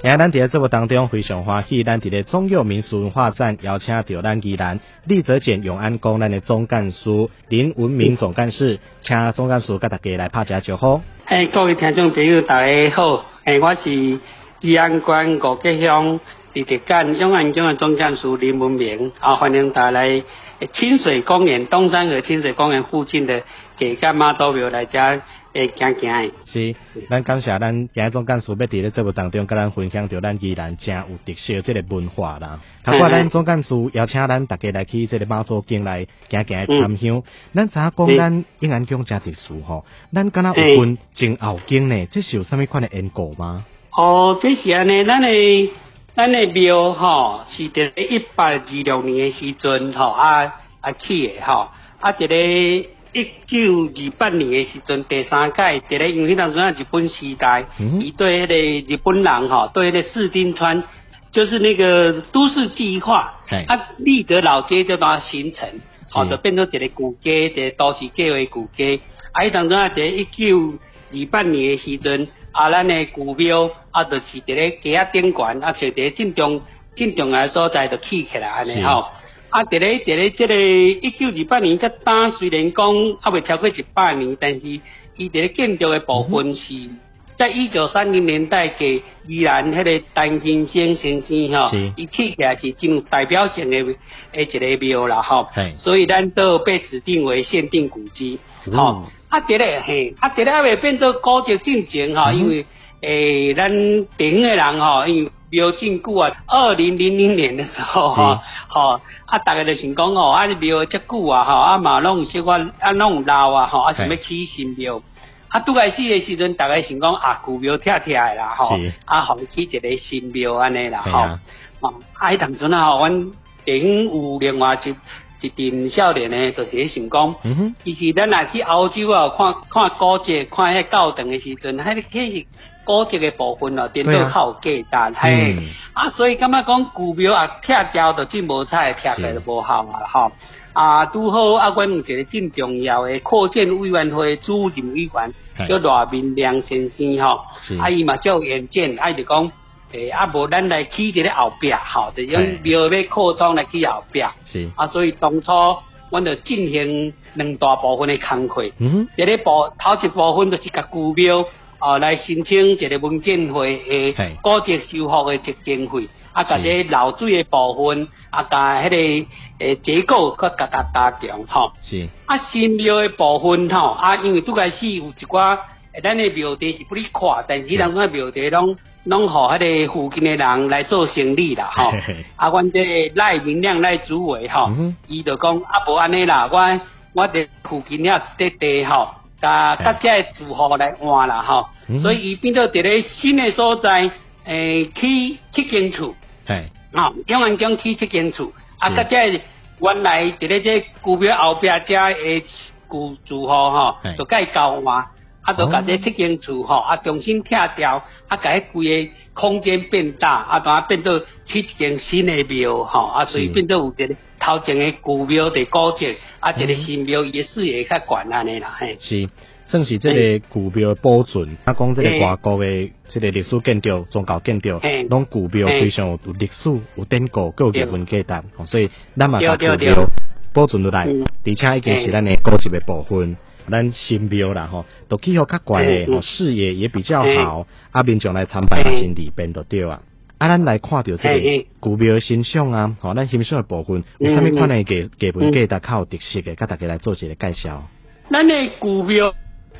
今日咱伫咧节目当中非常欢喜，咱伫咧中佑民俗文化站邀请到咱宜兰立泽检永安宫咱的总干事林文明总干事，请总干事甲大家来拍一下招呼。 各位听众朋友，大家好，我是宜安县五吉乡立泽检永安宫的总干事林文明，欢迎大家来清水公园东山河清水公园附近的价甲妈祖庙来遮行行。 是，咱感谢咱今日总干事要伫咧节目当中，甲咱分享到咱宜兰真有特色这个文化啦。透过咱总干事邀请咱大家来去这个妈祖宫来行行参香。咱知影讲咱永安宫真特殊吼，咱敢若有分前后宫呢，这是有啥物款的缘故吗？ 这是安尼，咱的庙吼是伫1826年的时阵吼起的吼，一个1928年的时阵第三届，伫咧因为迄当阵日本时代，伊对迄个日本人吼，对迄个四丁川，就是那个都市计划，立德老街就当形成，就变做一个旧街，一个都市计划旧街。迄当阵伫1928年的时阵，咱的旧庙就是伫咧街仔顶悬，像伫正中的所在就起起来安尼吼。伫咧这个1928年甲打，虽然讲未超过100年，但是伊伫咧建筑的部分是在1930年代给宜兰迄个陈金生先生吼，伊起起来是真有代表性的一个庙啦吼，所以咱都被指定为限定古迹吼。伫咧未变做古迹进前吼，因为咱地方的人吼，因为庙真久啊，2000年的时候吼，大家就想讲吼，庙遮久啊吼，嘛拢有小可拢有老啊吼，想要起新庙。拄开始的时阵，大家想讲旧庙拆的啦吼，互起一个新庙安尼啦吼。迄当阵吼，阮地方有另外一群少年呢，就是想讲，其实咱若去欧洲啊，看古迹，看迄教堂的时阵，迄是古迹的部分咯，颠倒较有价值，所以感觉讲旧庙拆掉就真无彩，拆掉就无效啊吼。拄好阮有一个真重要的扩建委员会主任委员叫赖明良先生吼，伊嘛较有远见，就讲。无咱来起伫咧后壁吼，就用庙要扩张来起后壁。是所以当初阮就进行两大部分的工作。第一头一部分就是甲旧庙来申请一个文建会的古迹修复的一经费，甲这漏水的部分，甲迄个结构甲加强吼。是新庙的部分吼，因为拄开始有一寡咱的庙地是不哩看，但是咱个庙地拢互迄个附近的人来做生意啦吼。阮这赖明亮赖主委吼，伊就讲无安尼啦，我伫附近遐一块地吼，甲这住户来换啦吼。所以伊变做伫咧新的所在，起7间厝，永安宫起7间厝，甲这原来伫咧这旧庙后壁遮的旧住户吼，就甲伊交换。就甲这7间厝吼，重新拆掉，甲迄规个空间变大，当变做起一间新的庙吼，所以变做有一个头前的旧庙的古迹，一个新庙伊的视野较悬安尼啦，嘿。是， 算是这个旧庙的保存。讲这个外国的这个历史建筑、宗教建筑，拢旧庙非常有历史、有典故，各有文价值，所以咱嘛把旧庙保存落来，而且已经是咱的古迹的部分。咱新庙啦吼，都气候较悬的，视野也比较好，民众来参拜也真利便就对啊。咱来看到这个旧庙欣赏啊，咱欣赏的部分有啥物款的基本价值较有特色的，甲大家来做一个介绍。 咱的旧庙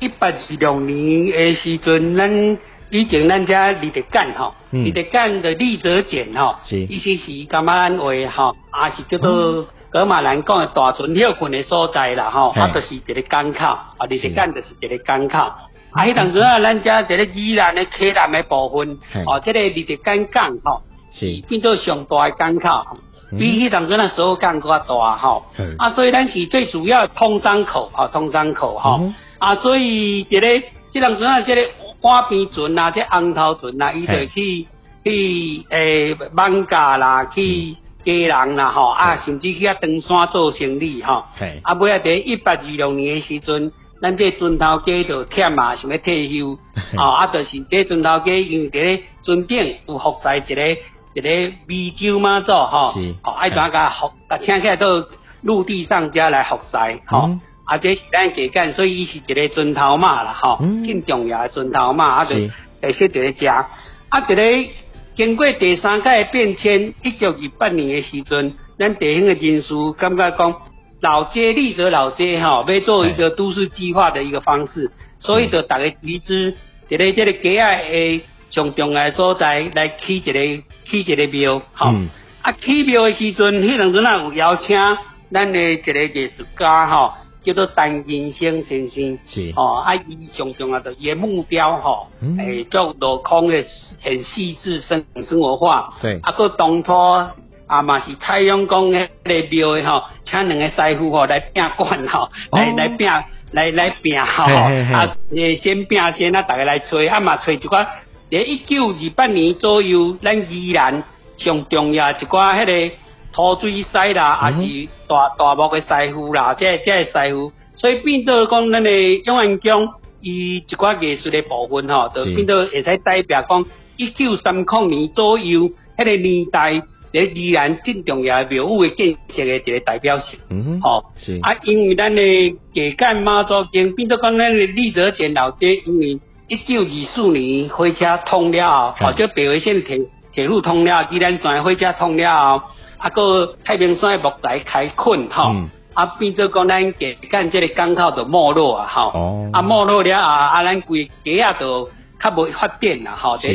1826年的时阵，咱以前咱遮立德监吼，立德监的立泽检吼，意思是感觉咱话吼，是叫做。格马兰讲的大船休困的所在啦吼，就是一个港口，立德监就是一个港口。迄当阵咱遮伫咧宜兰的溪南的部分，这个立德监港吼，是变做上大的港口，比迄当阵所有港更大吼。所以咱是最主要的通商口，通商口吼。所以伫咧这当阵这个湾边船啊，这红头船啊，伊就去艋舺啦，去。家人啦吼，甚至去长山做生意吼。尾伫1826年的时阵， 咱这船头家就忝啊，想要退休，就是这船头家因为伫咧船顶有服侍一个美洲妈祖爱怎甲请起来到陆地上家来服侍，这是咱家干，所以伊是一个船头马啦，真重要的船头马，就会说伫咧遮，伫咧经过第三届的变迁，1928年的时阵，咱地方的人士感觉讲。老街立泽老街要做一个都市计划的一个方式，所以就大家集资，伫咧这个街仔的上重要的所在来起一个庙，起庙的时阵，迄两阵有邀请咱的一个艺术家叫做陈金生先生，伊上重要的伊的目标做路空的很细致生活化，对，个当初。嘛是采用讲迄个庙的请两个师傅来拼管来拼先拼先大家来吹，嘛吹一寡。在1928年左右，咱宜兰上重要一寡迄个土水师啦，也是大木的师傅啦，这师傅，所以变做讲咱的永安宫，伊一寡艺术的部分就变做会使代表讲1930年左右迄个年代。依然真重要的庙宇的建设的一个代表性，因为咱的价干妈祖经变做讲咱的立泽前老街，因为1924年火车通了后，即北回线铁路通了，宜兰线火车通了后，个太平山的木材开垦变做讲咱价干这个港口就没落没落了咱规街仔就较无发展啦在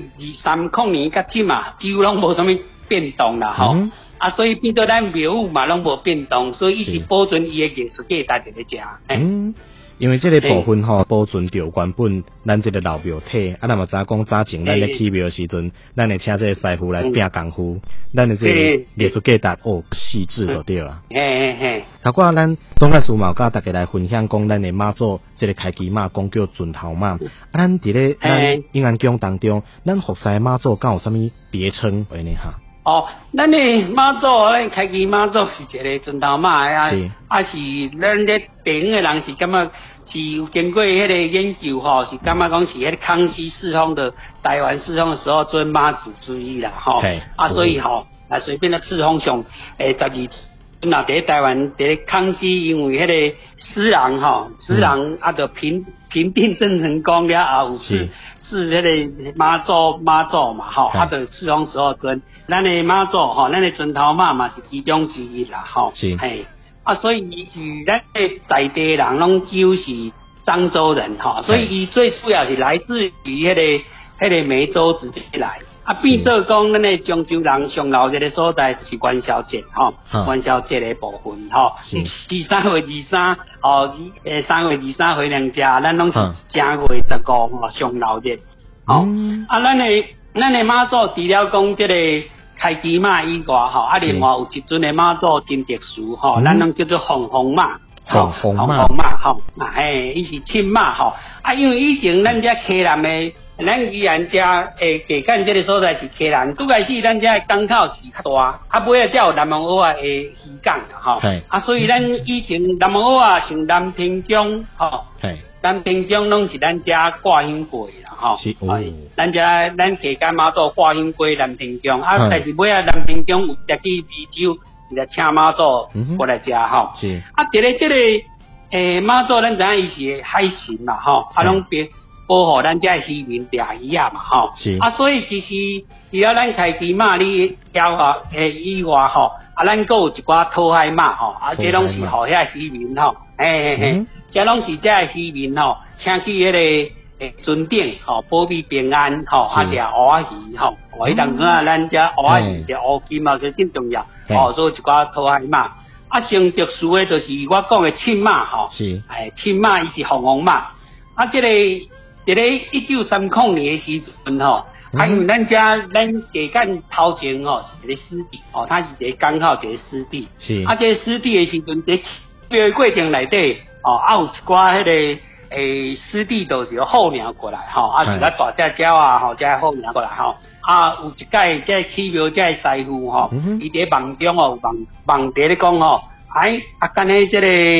1923年甲即嘛，几乎拢无啥物。变动啦所以变做咱庙宇嘛拢无变动，所以一直保存伊的艺术价值伫咧遮。 因为这个部分保存着原本咱这个老庙体，咱嘛知讲早前咱咧起庙的时阵，咱会请这个师傅来拼功夫，咱的这个艺术价值细致就对啊。头寡咱东海师嘛甲大家来分享讲咱的妈祖这个开基妈讲叫船头妈，咱伫咧咱永安宫当中，咱服侍妈祖敢有啥物别称安尼哈？ 咱的妈祖，咱开基妈祖是一个船头马是咱咧地方的人是感觉是有经过迄个研究是感觉讲是迄个康熙世宗的台湾世宗的时候尊妈祖之一啦所以随便的世宗上12那伫台湾伫康熙因为迄个施琅就平定郑成功了后是迄个妈祖嘛就世宗时候尊咱的妈祖咱的船头马嘛是其中之一啦所以与咱的在地人拢就是漳州人所以伊最主要是来自于迄个梅州直接来变做讲咱的漳州人上老热的所在是元宵节元宵节的部分3月23 3月23回娘家，咱拢是正月15上老热咱的妈祖除了讲这个开基妈以外另外有一尊的妈祖真特殊咱拢叫做红妈红妈伊是亲妈因为以前咱遮溪南的咱宜兰遮价干这个所在是溪南，拄开始咱遮的港口是较大，尾仔才有南门澳的渔港所以咱以前南门澳像南平江南平江拢是咱遮挂香过啦咱价干妈祖挂香过南平江但是尾仔南平江有特去湄洲，就请妈祖过来遮伫咧这个妈祖咱知影伊是海神嘛拢别保护咱遮渔民掠鱼嘛所以其实除了咱开基马哩条以外咱还有一寡讨海马这拢是互遐渔民这拢是遮渔民请去迄个船顶保庇平安掠蚵仔鱼迄当阵咱遮蚵仔鱼掠乌金就真重要所以一寡讨海马上特殊的就是我讲的亲马亲马伊是红马这个伫咧1930年的时阵因为咱家咱价干头前是一个湿地它是一个港口一个湿地这个湿地的时阵伫这个过程内底有一寡迄个湿地就是候鸟过来一个大只鸟这候鸟过来有一届这起庙这师傅伊伫梦中有梦伫咧讲干迄这个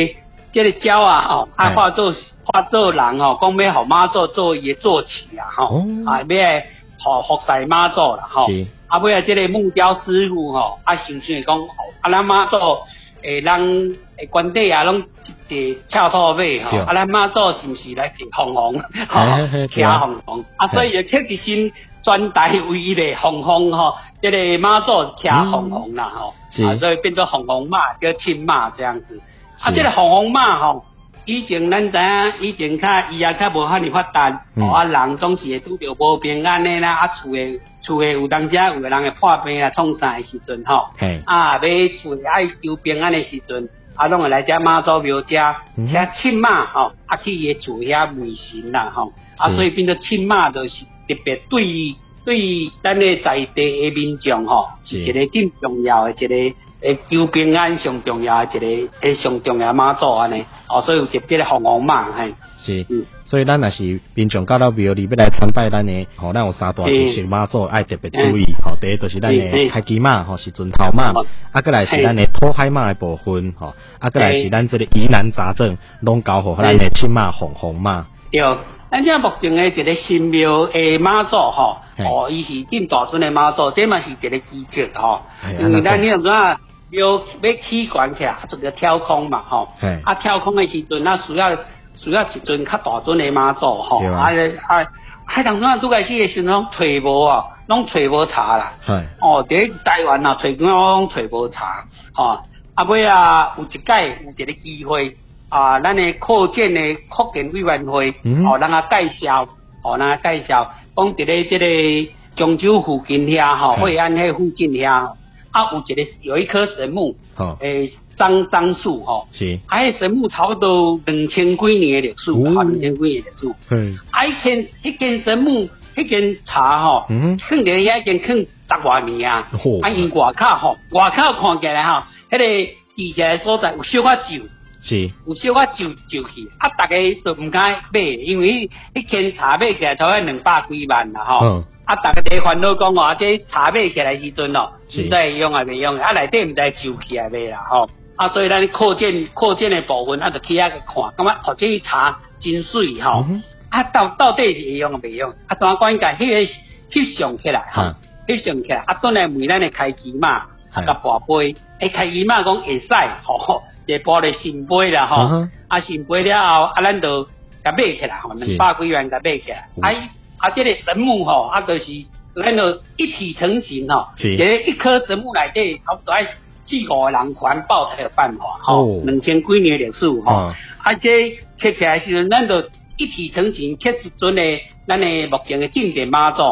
这个鸟啊吼，啊化作人吼，讲要互妈祖做伊的坐骑啊吼，啊要互服侍妈祖啦吼，啊尾啊这个木雕师傅吼，啊想讲，啊咱妈祖人官邸啊拢一地跳兔马吼，啊咱妈祖是毋是来坐凤凰吼，骑凤凰，啊所以就刻一身专台为伊的凤凰吼，这个妈祖骑凤凰啦吼，啊所以变做凤凰马叫青马这样子，啊这个凤凰马吼。以前咱知影，以前伊也较无遐尼发达，啊人总是会拄着无平安的啦，啊厝的有当时有个人会破病啊创啥的时阵吼，啊要厝爱求平安的时阵，啊拢会来遮妈祖庙遮，请亲妈吼，啊去伊的厝遐问神啦吼，啊所以变做亲妈就是特别对咱的在地的民众吼，是一个更重要的一个。求平安上重要的一个上重要妈祖安尼，所以有一个凤凰马嘿。 是，所以咱若是民众到了庙里要来参拜咱的，咱有三大特色妈祖爱特别注意，第一就是咱的开基马，是船头马，再来是咱的土海马的部分，再来是咱这个疑难杂症，拢交互咱的青马、凤凰马。 对，咱这目前的一个神庙的妈祖伊是进大尊的妈祖，这嘛是一个机制因为咱怎啊？要起悬起来，就个跳空嘛吼，跳空的时阵，需要一尊较大尊的妈祖吼，当阵拄开始的时阵拢找无啊，拢找无查啦，伫台湾啊，找拢找无查，尾啊有一届有一个机会咱的扩建的福建委员会，咱介绍，讲伫咧这个漳州附近遐惠安迄附近遐。有一棵神木，樟树是，神木差不多2000几年的历史，2000几年的历史。迄间神木，迄间茶放伫遐已经放10多年啊。因外口看起来迄个地下所在有小可旧，是，有小可旧去，大家就唔敢买，因为迄间茶买起来差不多200几万啦大家伫烦恼讲这茶买起来时阵唔知会用还袂用，内底唔知旧起来袂啦所以咱扩建的部分，就去遐看，感觉这茶真水到底是会用还袂用？当管甲翕相起来翕相起来，转来问咱的开基嘛，甲跋杯，开基嘛讲会使一部的神杯啦神杯了后，咱就甲买起来200几万甲买起来，这个神木就是咱就一体成型一棵神木内底差不多4-5个人环抱才有办法2000几年的历史这刻起来时阵，咱就一体成型，刻一尊的咱的目前的正殿妈祖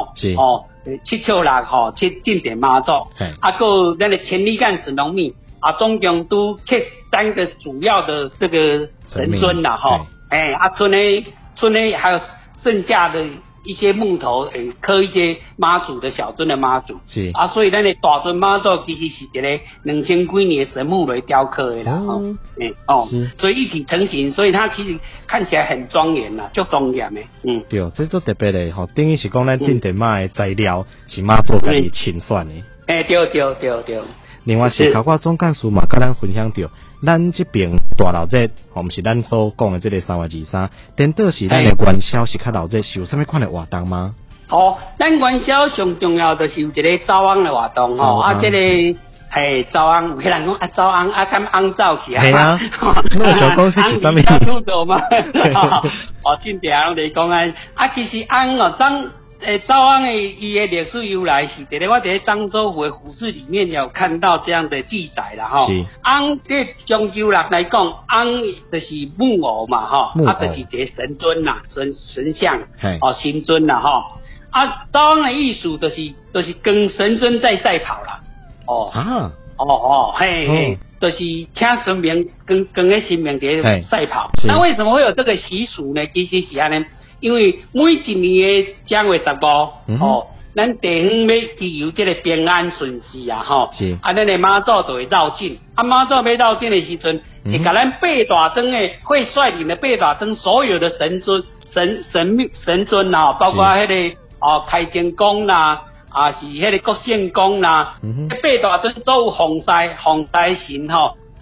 776正殿妈祖，有咱的千里眼神农米总共都刻3个主要的这个神尊啦村内还有剩下的一些木头刻一些妈祖的小尊的妈祖，是所以咱的大尊妈祖其实是一个2000几年的神木来雕刻的啦所以一体成型，所以它其实看起来很庄严啦，足庄严的。 对，这做特别的等于是讲咱正殿妈的材料是妈祖家己亲选的。 对。 另外是考我总干事嘛，甲咱分享到，咱这边大老节，毋是咱所讲的这个3月23，颠倒是咱的元宵是较老节，是有啥物款的活动吗？ 咱元宵上重要就是有一个走翁的活动这个走翁，有些人讲走翁敢翁走去啊？ 那小公司是啥物？ 出走嘛？真正拢在讲其实翁走翁的伊的历史由来是，我在漳州府的府志里面有看到这样的记载啦翁在漳州人来讲，翁就是木偶嘛就是一个神尊啦，神像神尊啦走翁的意思就是跟神尊在赛跑啦就是请神明跟个神明在赛跑。那为什么会有这个习俗呢？其实是这样，因为每一年的正月15咱地方要祈求这个平安顺遂咱的妈祖就会绕境，妈祖要绕境的时阵，会甲咱八大庄的会率领的八大庄所有的神尊包括迄个开正公啦是迄个国姓公啦，八大庄所有皇帝神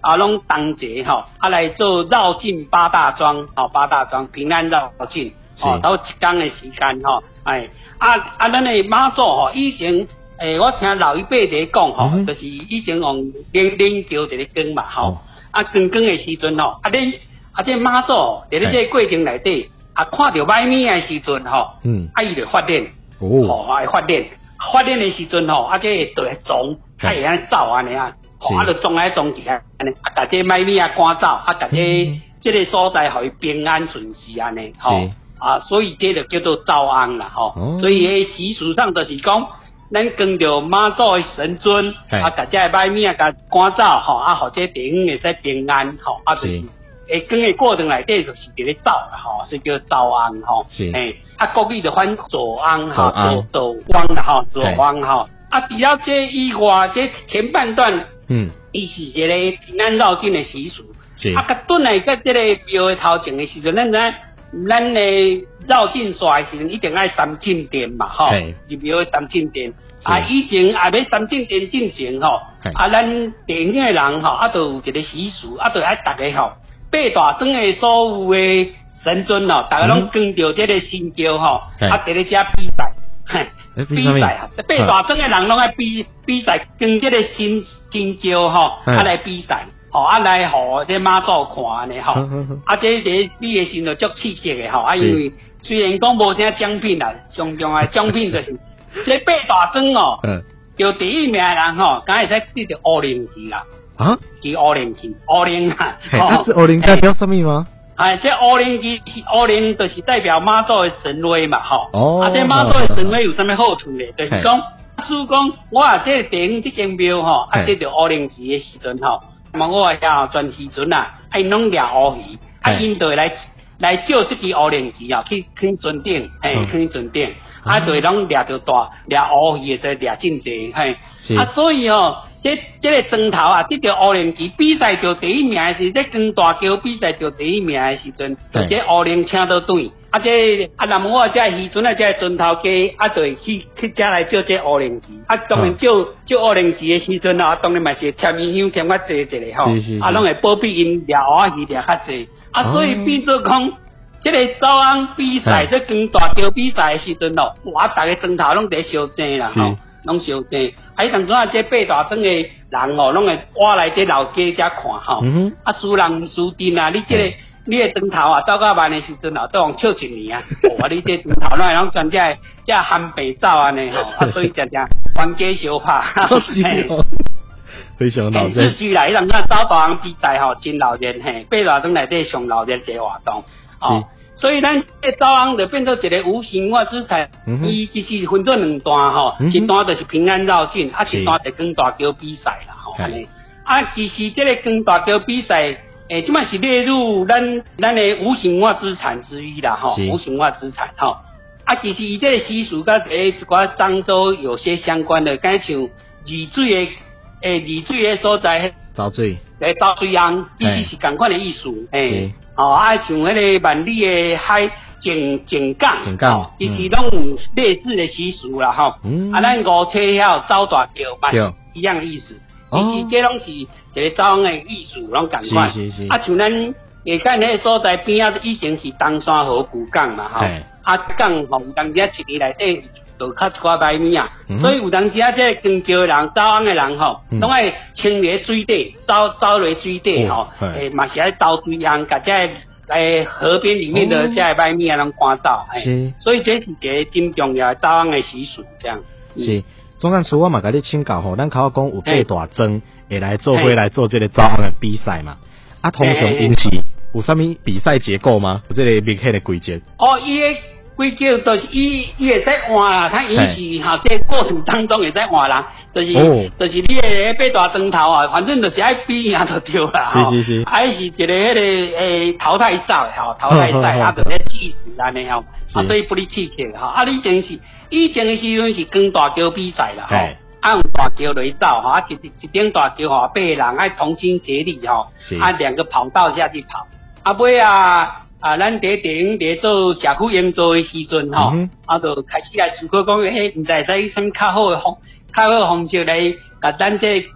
拢同齐吼，来做绕境八大庄，八大庄平安绕境，头一天的时间吼，咱的妈祖吼，以前我听老一辈在讲吼，就是以前用冷桥在咧耕嘛吼，耕的时阵吼，这妈祖在咧这过程内底，看到歹物的时阵吼，伊就发电，会发电的时阵吼，这就会撞，会安走安尼啊。就撞来撞去安尼，把这歹物赶走，把这个所在互伊平安顺遂安尼，所以这就叫做招安啦，所以迄习俗上就是讲，咱跟着妈祖的神尊，把这歹物甲赶走，互这地方会使平安，就是跟的过程内底就是伫咧走啦，所以叫招安，国语就翻左安，左安啦，左安，除了这以外，这前半段。伊是一个平安绕境的习俗，甲转来甲这个庙的头前的时阵，咱的绕境煞的时阵，一定爱三进殿嘛，入庙的三进殿。以前要三进殿进前咱地方的人都有一个习俗，就爱大家八大庄的所有的神尊大家拢跟着这个神轿伫咧遮比赛。比赛八大庄的人拢爱比赛，跟这个新招来比赛，来互这妈祖看安尼这比的时阵就足刺激的因为虽然讲无啥奖品啦，上重的奖品就是这八大庄就第一名的人敢会使得到乌灵旗啦，是乌灵旗，乌灵啊， 是乌灵代表什么吗？ 这乌灵旗，乌灵就是代表妈祖的神威嘛，这妈祖的神威有啥物好处呢？就是讲，如讲我这地方这间庙得到乌灵旗的时阵我遐全时阵因拢掠乌鱼，因就来借这支乌灵旗去船顶，去船顶，就会拢掠到掠乌鱼的掠真济，所以这个庄头得到乌灵旗比赛就第一名的时，在光大桥比赛就第一名的时阵，这乌灵请到队，那么我这渔村这庄头家就会去遮来借这乌灵旗，当然借乌灵旗的时阵当然嘛是添香添较济一个拢会保庇因掠乌鱼掠较济，所以变做讲。这个招安比赛，这光大桥比赛的时阵哇，大家庄头拢在烧正啦，拢烧正。当阵这八大庄的人拢会挖来这老街遮看输人毋输阵你的庄头走到慢的时阵都用笑一年你这庄头拢全这含白走安尼所以常常冤家相拍。 非常闹热。 市区啦，当阵招大安比赛真闹热八大庄内底上闹热这活动所以咱这招安就变做一个无形化资产，伊其实分做两段一段就是平安绕境，一段就光大桥比赛啦其实这个光大桥比赛，即摆是列入咱的无形化资产之一啦无形化资产其实伊这个习俗甲一寡漳州有些相关的，敢像二水的所在， 招水岸，其实是同款的意思像迄个万里的海井港，其实拢有类似的习俗啦咱五车遐走大桥嘛，一样的意思。其实这拢是一个走安的艺术，拢同款。像咱下间迄个所在边以前是东山河古港嘛港有当时一年内底就较一寡歹物所以有当时这光桥的人、走安的人拢爱清理水底，走落水底嘛是爱走水岸，甲这河边里面的这歹物拢赶走所以这是一个真重要的走安的习俗，这样是。总干事我嘛甲你请教咱口讲有八大庄会来做伙来做这个走安的比赛嘛？通常因是有啥物比赛结构吗？有这个明确的规则？ 伊的规则就是伊会使换啦，他伊是这过程当中会使换啦，就是你的八大庄头反正就是爱比赢就对啦是还是一个迄个淘汰赛淘汰赛就咧计时安尼所以不哩刺激以前的时阵是光大桥比赛啦用大桥来走一顶大桥八个人爱同心协力两个跑道下去跑尾咱第地方伫做社区营造的时阵就开始来思考讲毋知使啥物较好的方式来甲咱这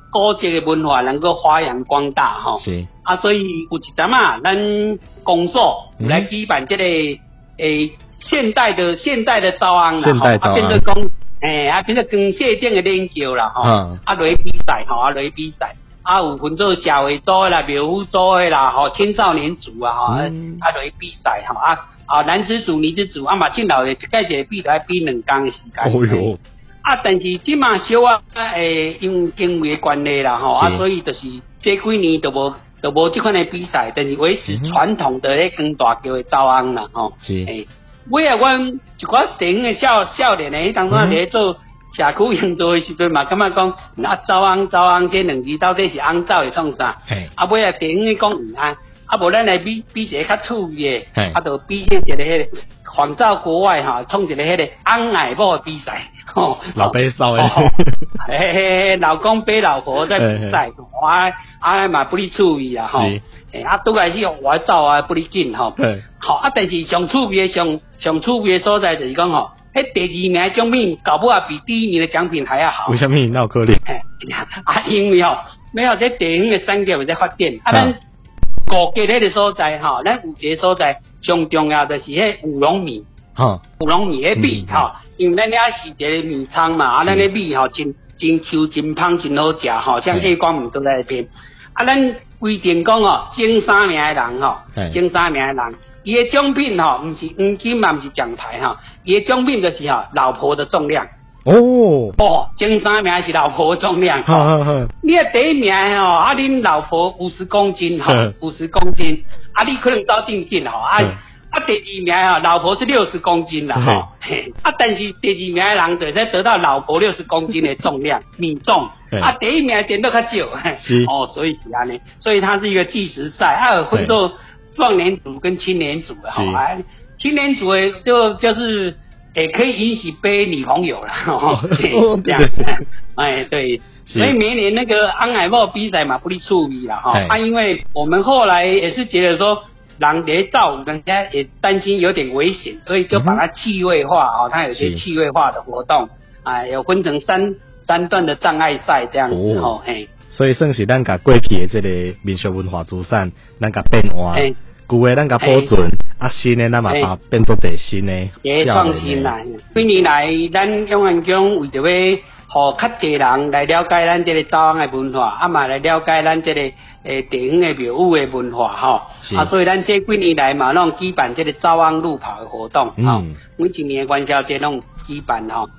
古迹的文化能够发扬光大吼。 是啊，所以有一阵啊，咱公所来举办这个现代的招安啦，啊变做讲变做跟谢顶的研究啦吼，啊落去比赛吼，啊落去比赛。啊，有分做社会组的啦、庙宇组的啦、吼青少年组啊，吼啊落去比赛吼男子组、女子组啊嘛，进来一届一个比来比2天的时间。 哦哟！ 但是即嘛小啊，因为经费的关系啦吼，所以就是这几年都无这款的比赛，但是维持传统的迄光大桥的招安啦吼。 是尾啊，阮一寡地方的少年的，当初咧做社区营造的时阵嘛，感觉讲招安这2字到底是安造是创啥？尾啊地方的讲无咱来比一个较趣味的，就比一个迄个仿照国外哈，创一个迄个安矮某的比赛， 老爸少诶，老公背老婆在比赛，嘛不哩趣味啊吼，拄开始我走啊不哩紧吼，但是上趣味的所在就是讲吼，迄第2名奖品搞不好比第1名的奖品还要好。 为什么？那有可能？ 因为没有在地方的产业在发展，咱古街迄个所在吼，咱有一个所在上重要就是迄乌龙米，乌龙米迄米因为咱遐是一个米仓嘛，咱迄米真 Q 真香真好食像夜光米都在那边。咱规定讲前3名的人前3名的人，伊的奖品毋是黄金嘛，毋是奖牌伊的奖品就是老婆的重量。前3名是老婆的重量。你第1名恁老婆50公斤50公斤，你可能走正经第2名老婆是60公斤啦但是第2名的人就才得到老婆60公斤的重量米重，第1名点都较少，所以是安尼，所以它是一个计时赛，有分做壮年组跟青年组的青年组的就是可以允许背女朋友啦，这样，对，所以每年那个安海豹比赛嘛不哩趣味啦因为我们后来也是觉得说。人在造，人家也担心有点危险，所以就把它趣味化它有些趣味化的活动有分成三段的障碍赛这样子所以算是咱甲过去的这个民俗文化资产，咱甲变换，旧的咱甲保存，新的咱嘛把变做第新的， 创新啦。几年来，咱永安宫为着要互较侪人来了解咱这个招安的文化，嘛来了解咱这个地方的庙宇的文化所以咱这几年来嘛，拢举办这个招安路跑的活动每一年的元宵节拢举办头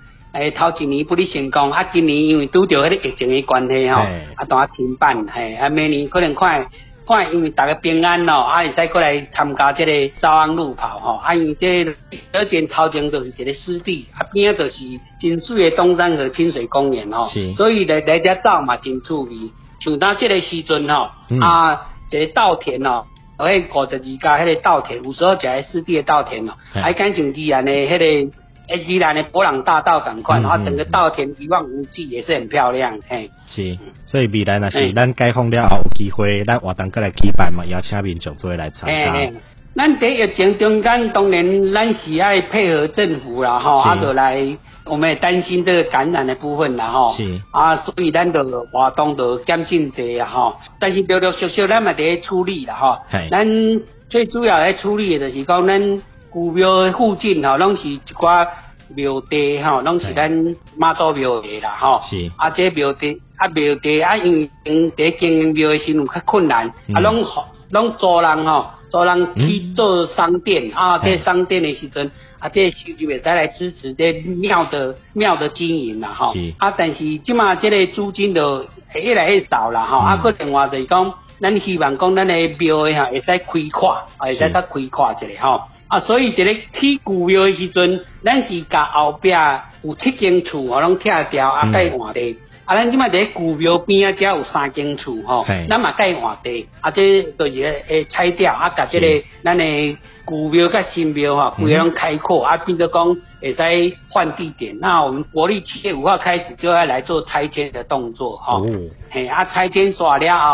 1年不哩成功，今年因为拄着迄个疫情的关系当停办明年可能看因为大家平安会使过来参加这个招安路跑因为这而且头前就是一个湿地边就是真水的东山河清水公园所以来这走嘛真趣味，像咱这个时阵这个稻田迄52家迄个稻田，有时候就湿地的稻田还敢像宜兰的迄个宜兰的博朗大道同款整个稻田一望无际，也是很漂亮是，所以未来若是咱解封了后有机会，咱活动过来举办嘛，邀请民众做来参加。 咱在疫情中间，当然咱是爱配合政府啦就来，我们也担心这个感染的部分啦是所以咱就活动就减少者但是陆陆续续咱嘛在处理啦咱最主要在处理的就是讲咱古庙的附近拢是一寡庙地拢是咱妈祖庙的啦是这庙地因为在经营庙的时候较困难拢租人去做商店这商店的时阵这收入会使来支持这庙的经营啦但是即马这个租金就越来越少啦个另外就是讲咱希望讲咱的庙的会使开阔会使较开阔一下所以伫咧起旧庙的时阵，咱是甲后壁有7间厝拢拆掉改换地。咱即摆伫旧庙边遮有3间厝咱嘛改换地。这就是拆掉甲这个咱的旧庙甲新庙规个拢开阔变做讲会使换地点。那我们国历7月5号开始就要来做拆迁的动作拆迁刷了后。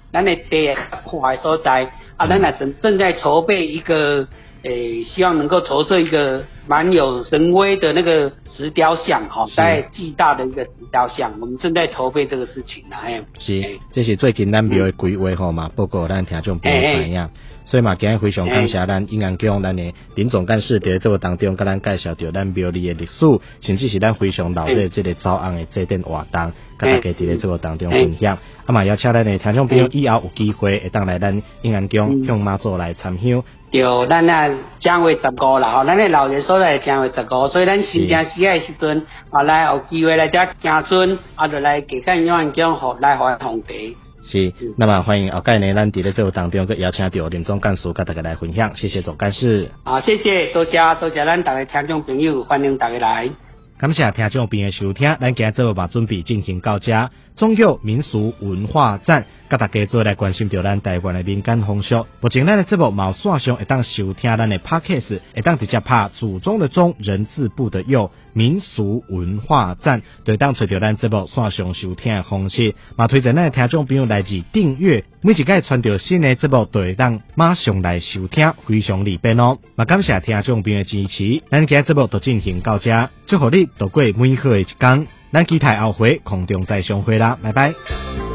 咱的地宽的所在，咱也正在筹备一个，希望能够筹设一个蛮有神威的那个石雕像，在暨大的一个石雕像，我们正在筹备这个事情啦， 是，这是最近咱庙的规划嘛，报告咱听众朋友知影。所以嘛，今日非常感谢咱永安宫咱的林总干事伫这个当中，甲咱介绍到咱庙里的历史，甚至是咱非常老的这个早安的祭典活动，甲大家伫咧这个当中分享。嘛，邀请咱的听众朋友以后有机会会当来咱永安宫向妈祖来参香。 对，咱正月15啦，咱的老爷所在正月15，所以咱新正时的时阵，来有机会来这行村，就来给看永安宫来还皇帝。 是，那么欢迎后盖呢，咱伫咧这个当中，佮邀请到林总干事，甲大家来分享，谢谢总干事。 谢谢，多谢咱大家听众朋友，欢迎大家来。 感谢听众朋友收听，咱今日节目嘛准备进行到这，中药民俗文化站，甲大家做来关心到咱台湾的民间风俗。目前咱的节目嘛线上会当收听咱的 Podcast， 会当直接拍祖宗的宗，人字部的右，民俗文化站，对当找到咱节目线上收听的方式。嘛推荐咱的听众朋友来自订阅，每一个传到新的节目，都会当马上来收听，非常利便哦。嘛感谢听众朋友的支持，咱今日节目就进行到这，祝福你度过美好的一天。咱期待后回空中再相会啦，拜拜。